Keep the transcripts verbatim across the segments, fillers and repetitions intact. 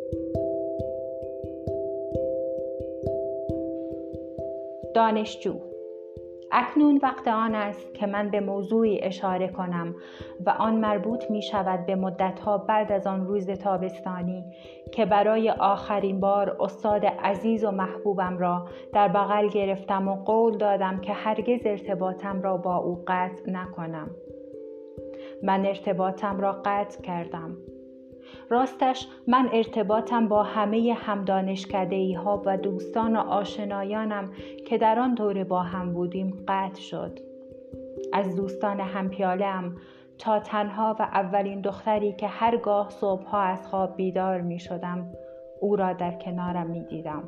دانشجو. اکنون وقت آن است که من به موضوعی اشاره کنم و آن مربوط می شود به مدتها بعد از آن روز تابستانی که برای آخرین بار استاد عزیز و محبوبم را در بغل گرفتم و قول دادم که هرگز ارتباطم را با او قطع نکنم. من ارتباطم را قطع کردم. راستش من ارتباطم با همه همدانشکده‌ای ها و دوستان و آشنایانم که در آن دوره با هم بودیم قطع شد. از دوستان همپیاله‌ام تا تنها و اولین دختری که هرگاه صبحها از خواب بیدار می شدم او را در کنارم می دیدم.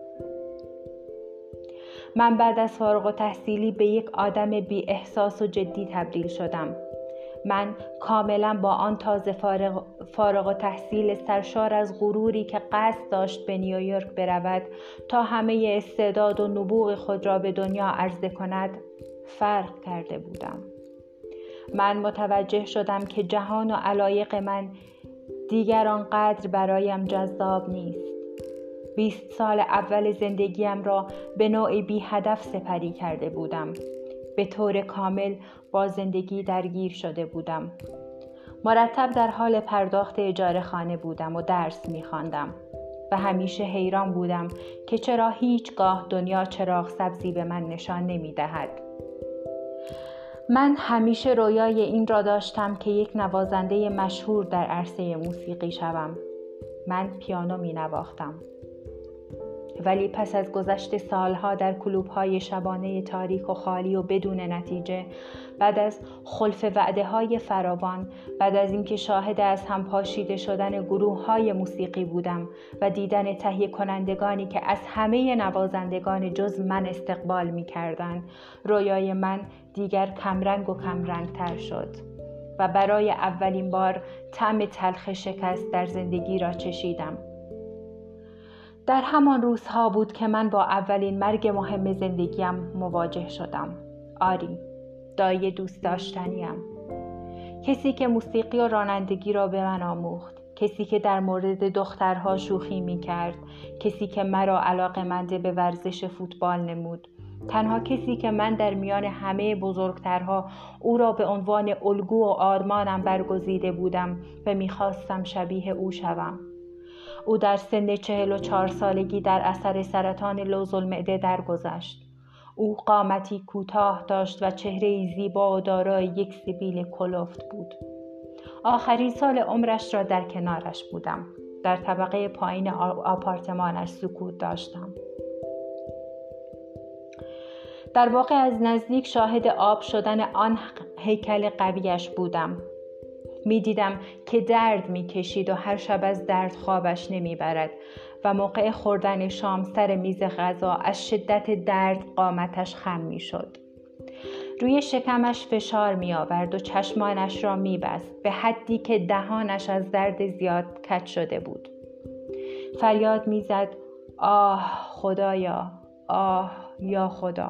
من بعد از فارغ التحصیلی به یک آدم بی احساس و جدی تبدیل شدم. من کاملا با آن تازه فارغ, فارغ التحصیل سرشار از غروری که قصد داشت به نیویورک برود تا همه استعداد و نبوغ خود را به دنیا عرضه کند فرق کرده بودم. من متوجه شدم که جهان و علایق من دیگر آنقدر برایم جذاب نیست. بیست سال اول زندگیم را به نوعی بی هدف سپری کرده بودم. به طور کامل با زندگی درگیر شده بودم. مرتب در حال پرداخت اجاره خانه بودم و درس می‌خواندم و همیشه حیران بودم که چرا هیچگاه دنیا چراغ سبزی به من نشان نمی‌دهد. من همیشه رویای این را داشتم که یک نوازنده مشهور در عرصه موسیقی شوم. من پیانو می‌نواختم. ولی پس از گذشت سالها در کلوب‌های شبانه تاریک و خالی و بدون نتیجه، بعد از خلف وعده‌های فراوان، بعد از اینکه شاهد از هم پاشیده شدن گروه‌های موسیقی بودم و دیدن تهیه کنندگانی که از همه نوازندگان جز من استقبال می‌کردند، رویای من دیگر کمرنگ و کمرنگ‌تر شد و برای اولین بار طعم تلخ شکست در زندگی را چشیدم. در همان روزها بود که من با اولین مرگ مهم زندگیم مواجه شدم. آری، دایی دوست داشتنیم. کسی که موسیقی و رانندگی را به من آموخت. کسی که در مورد دخترها شوخی می کرد. کسی که مرا علاقه‌مند به ورزش فوتبال نمود. تنها کسی که من در میان همه بزرگترها او را به عنوان الگو و آرمانم برگزیده بودم و می خواستم شبیه او شوم. او در سن چهل و چهار سالگی در اثر سرطان لوزالمعده درگذشت. او قامتی کوتاه داشت و چهره‌ای زیبا و دارای یک سبیل کلفت بود. آخرین سال عمرش را در کنارش بودم. در طبقه پایین آپارتمانش سکوت داشتم. در واقع از نزدیک شاهد آب شدن آن هیکل قویش بودم. می دیدم که درد می کشید و هر شب از درد خوابش نمی برد و موقع خوردن شام سر میز غذا از شدت درد قامتش خم می شد. روی شکمش فشار می آورد و چشمانش را می بست به حدی که دهانش از درد زیاد کج شده بود. فریاد می زد: آه خدایا، آه یا خدا.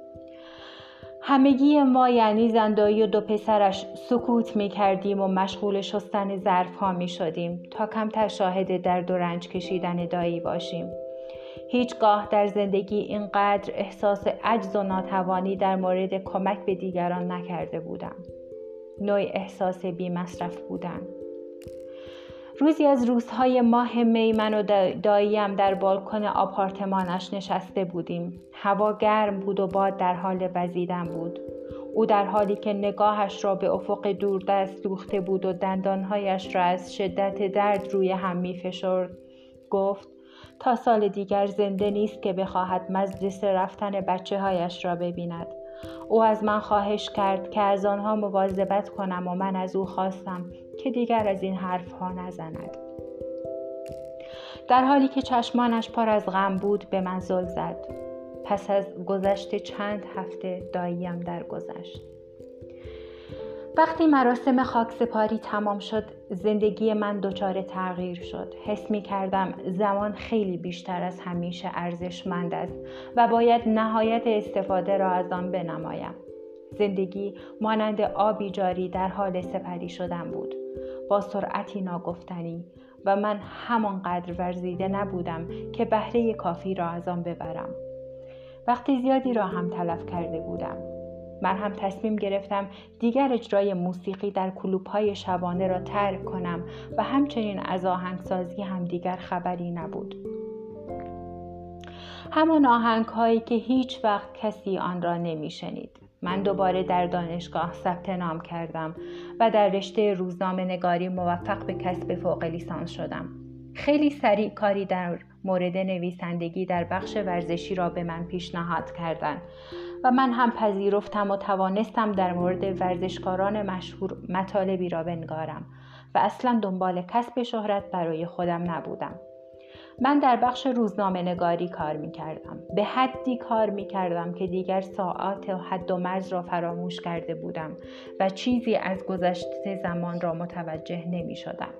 همگی ما یعنی زندایی و دو پسرش سکوت می کردیم و مشغول شستن ظرف ها می شدیم تا کمتر شاهد درد و رنج کشیدن دایی باشیم. هیچگاه در زندگی اینقدر احساس عجز و ناتوانی در مورد کمک به دیگران نکرده بودم. نوع احساس بی مصرف بودن. روزی از روزهای ماه می من و داییم در بالکن آپارتمانش نشسته بودیم. هوا گرم بود و باد در حال وزیدن بود. او در حالی که نگاهش را به افق دوردست دوخته بود و دندانهایش را از شدت درد روی هم می فشرد گفت: تا سال دیگر زنده نیست که بخواهد مجلس رفتن بچه هایش را ببیند. او از من خواهش کرد که از آنها مواظبت کنم و من از او خواستم که دیگر از این حرف ها نزند. در حالی که چشمانش پر از غم بود به من زل زد. پس از گذشت چند هفته داییم درگذشت. وقتی مراسم خاکسپاری تمام شد زندگی من دچار تغییر شد. حس می کردم زمان خیلی بیشتر از همیشه ارزشمند است و باید نهایت استفاده را از آن بنمایم. زندگی مانند آبی جاری در حال سپری شدن بود. با سرعتی ناگفتنی، و من همانقدر ورزیده نبودم که بهره کافی را از آن ببرم. وقتی زیادی را هم تلف کرده بودم. من هم تصمیم گرفتم دیگر اجرای موسیقی در کلوب‌های شبانه را ترک کنم و همچنین از آهنگسازی هم دیگر خبری نبود. همان آهنگ‌هایی که هیچ وقت کسی آن را نمی‌شنید. من دوباره در دانشگاه ثبت نام کردم و در رشته روزنامه‌نگاری موفق به کسب فوق لیسانس شدم. خیلی سریع کاری در مورد نویسندگی در بخش ورزشی را به من پیشنهاد کردند و من هم پذیرفتم و توانستم در مورد ورزشکاران مشهور مطالبی را بنگارم و اصلا دنبال کسب شهرت برای خودم نبودم. من در بخش روزنامه نگاری کار می کردم. به حدی کار می کردم که دیگر ساعات و حد و مرز را فراموش کرده بودم و چیزی از گذشته زمان را متوجه نمی شدم.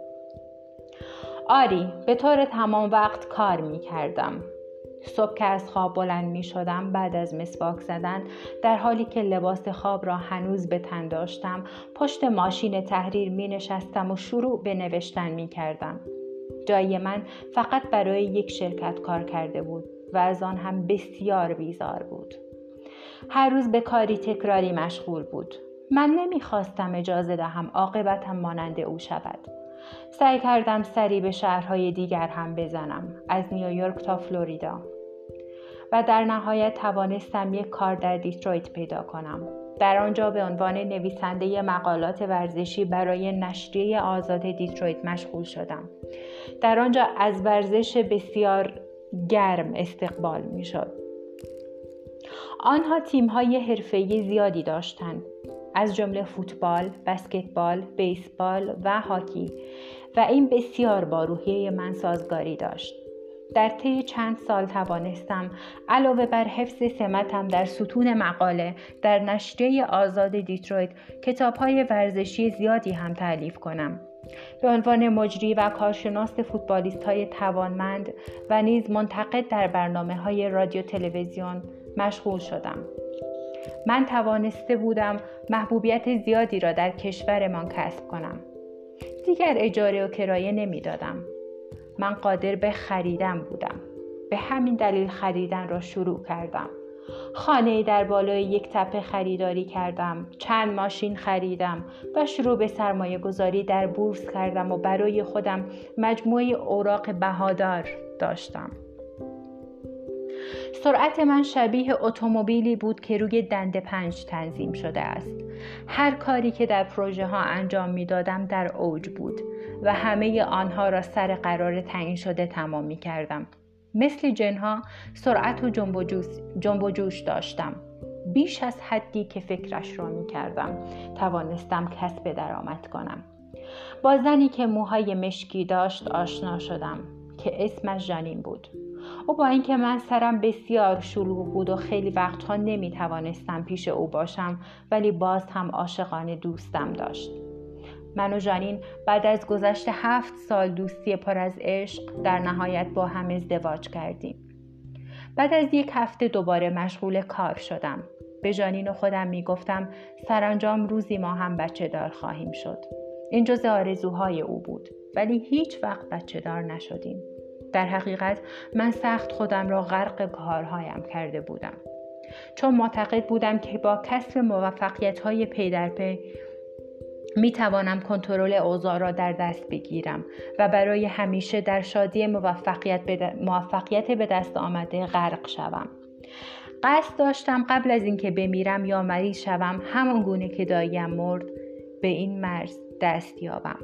آری، به طور تمام وقت کار می کردم. صبح که از خواب بلند می شدم بعد از مسواک زدن، در حالی که لباس خواب را هنوز به تن داشتم، پشت ماشین تحریر می نشستم و شروع به نوشتن می کردم. جای من فقط برای یک شرکت کار کرده بود و از آن هم بسیار بیزار بود. هر روز به کاری تکراری مشغول بود. من نمیخواستم اجازه دهم عاقبتم مانند او شود. سعی کردم سری به شهرهای دیگر هم بزنم، از نیویورک تا فلوریدا، و در نهایت توانستم یک کار در دیترویت پیدا کنم. در آنجا به عنوان نویسنده مقالات ورزشی برای نشریه آزاد دیترویت مشغول شدم. در آنجا از ورزش بسیار گرم استقبال می شد. آنها تیم‌های حرفه‌ای زیادی داشتند، از جمله فوتبال، بسکتبال، بیسبال و هاکی، و این بسیار با روحیه من سازگاری داشت. در طی چند سال توانستم علاوه بر حفظ سمتم در ستون مقاله در نشریه آزاد دیترویت کتاب‌های ورزشی زیادی هم تألیف کنم. به عنوان مجری و کارشناس فوتبالیست‌های توانمند و نیز منتقد در برنامه‌های رادیو تلویزیون مشغول شدم. من توانسته بودم محبوبیت زیادی را در کشورمان کسب کنم. دیگر اجاره و کرایه نمی‌دادم. من قادر به خریدن بودم. به همین دلیل خریدن را شروع کردم. خانه‌ای در بالای یک تپه خریداری کردم، چند ماشین خریدم و شروع به سرمایه گذاری در بورس کردم و برای خودم مجموعه اوراق بهادار داشتم. سرعت من شبیه اتومبیلی بود که روی دنده پنج تنظیم شده است. هر کاری که در پروژه ها انجام می دادم در اوج بود و همه آنها را سر قرار تعیین شده تمام می کردم. مثل جنها سرعت و جنب و, جنب و جوش داشتم. بیش از حدی که فکرش را می کردم توانستم کسب درآمد کنم. با زنی که موهای مشکی داشت آشنا شدم که اسمش ژانین بود. او با اینکه من سرم بسیار شلوغ بود و خیلی وقتها نمی توانستم پیش او باشم، ولی باز هم عاشقانه دوستم داشت. من و ژانین بعد از گذشت هفت سال دوستی پر از عشق در نهایت با هم ازدواج کردیم. بعد از یک هفته دوباره مشغول کار شدم. به ژانین و خودم می گفتم سرانجام روزی ما هم بچه دار خواهیم شد. این جزء آرزوهای او بود، ولی هیچ وقت بچه دار نشدیم. در حقیقت من سخت خودم را غرق کارهایم کرده بودم، چون معتقد بودم که با کسب موفقیت‌های پی در پی می توانم کنترل اوضاع را در دست بگیرم و برای همیشه در شادی موفقیت به موفقیت به دست آمده غرق شوم. قصد داشتم قبل از اینکه بمیرم یا مریض شوم، همان گونه که داییم مرد به این مرز دست یابم.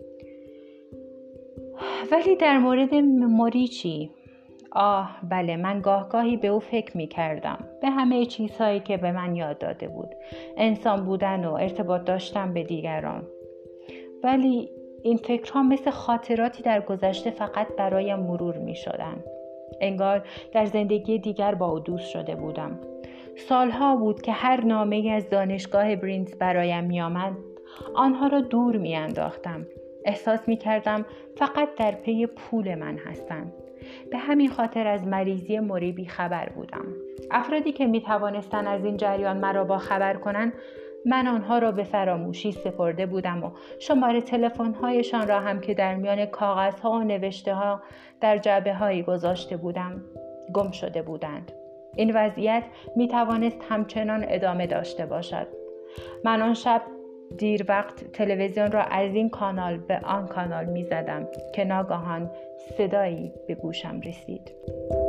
ولی در مورد موری چی؟ آه بله، من گاه گاهی به او فکر می کردم، به همه چیزهایی که به من یاد داده بود، انسان بودن و ارتباط داشتن به دیگران. ولی این فکرها مثل خاطراتی در گذشته فقط برایم مرور می شدن. انگار در زندگی دیگر با او دوست شده بودم. سالها بود که هر نامه‌ای از دانشگاه برینز برایم می آمد، آنها را دور می انداختم. احساس می کردم فقط در پی پول من هستند. به همین خاطر از مریضی موری بی خبر بودم. افرادی که می توانستند از این جریان مرا با خبر کنند من آنها را به فراموشی سپرده بودم و شماره تلفن‌هایشان را هم که در میان کاغذها و نوشته‌ها در جعبه‌هایی گذاشته بودم گم شده بودند. این وضعیت می توانست همچنان ادامه داشته باشد. من آن شب دیر وقت تلویزیون را از این کانال به آن کانال می زدم که ناگهان صدایی به گوشم رسید.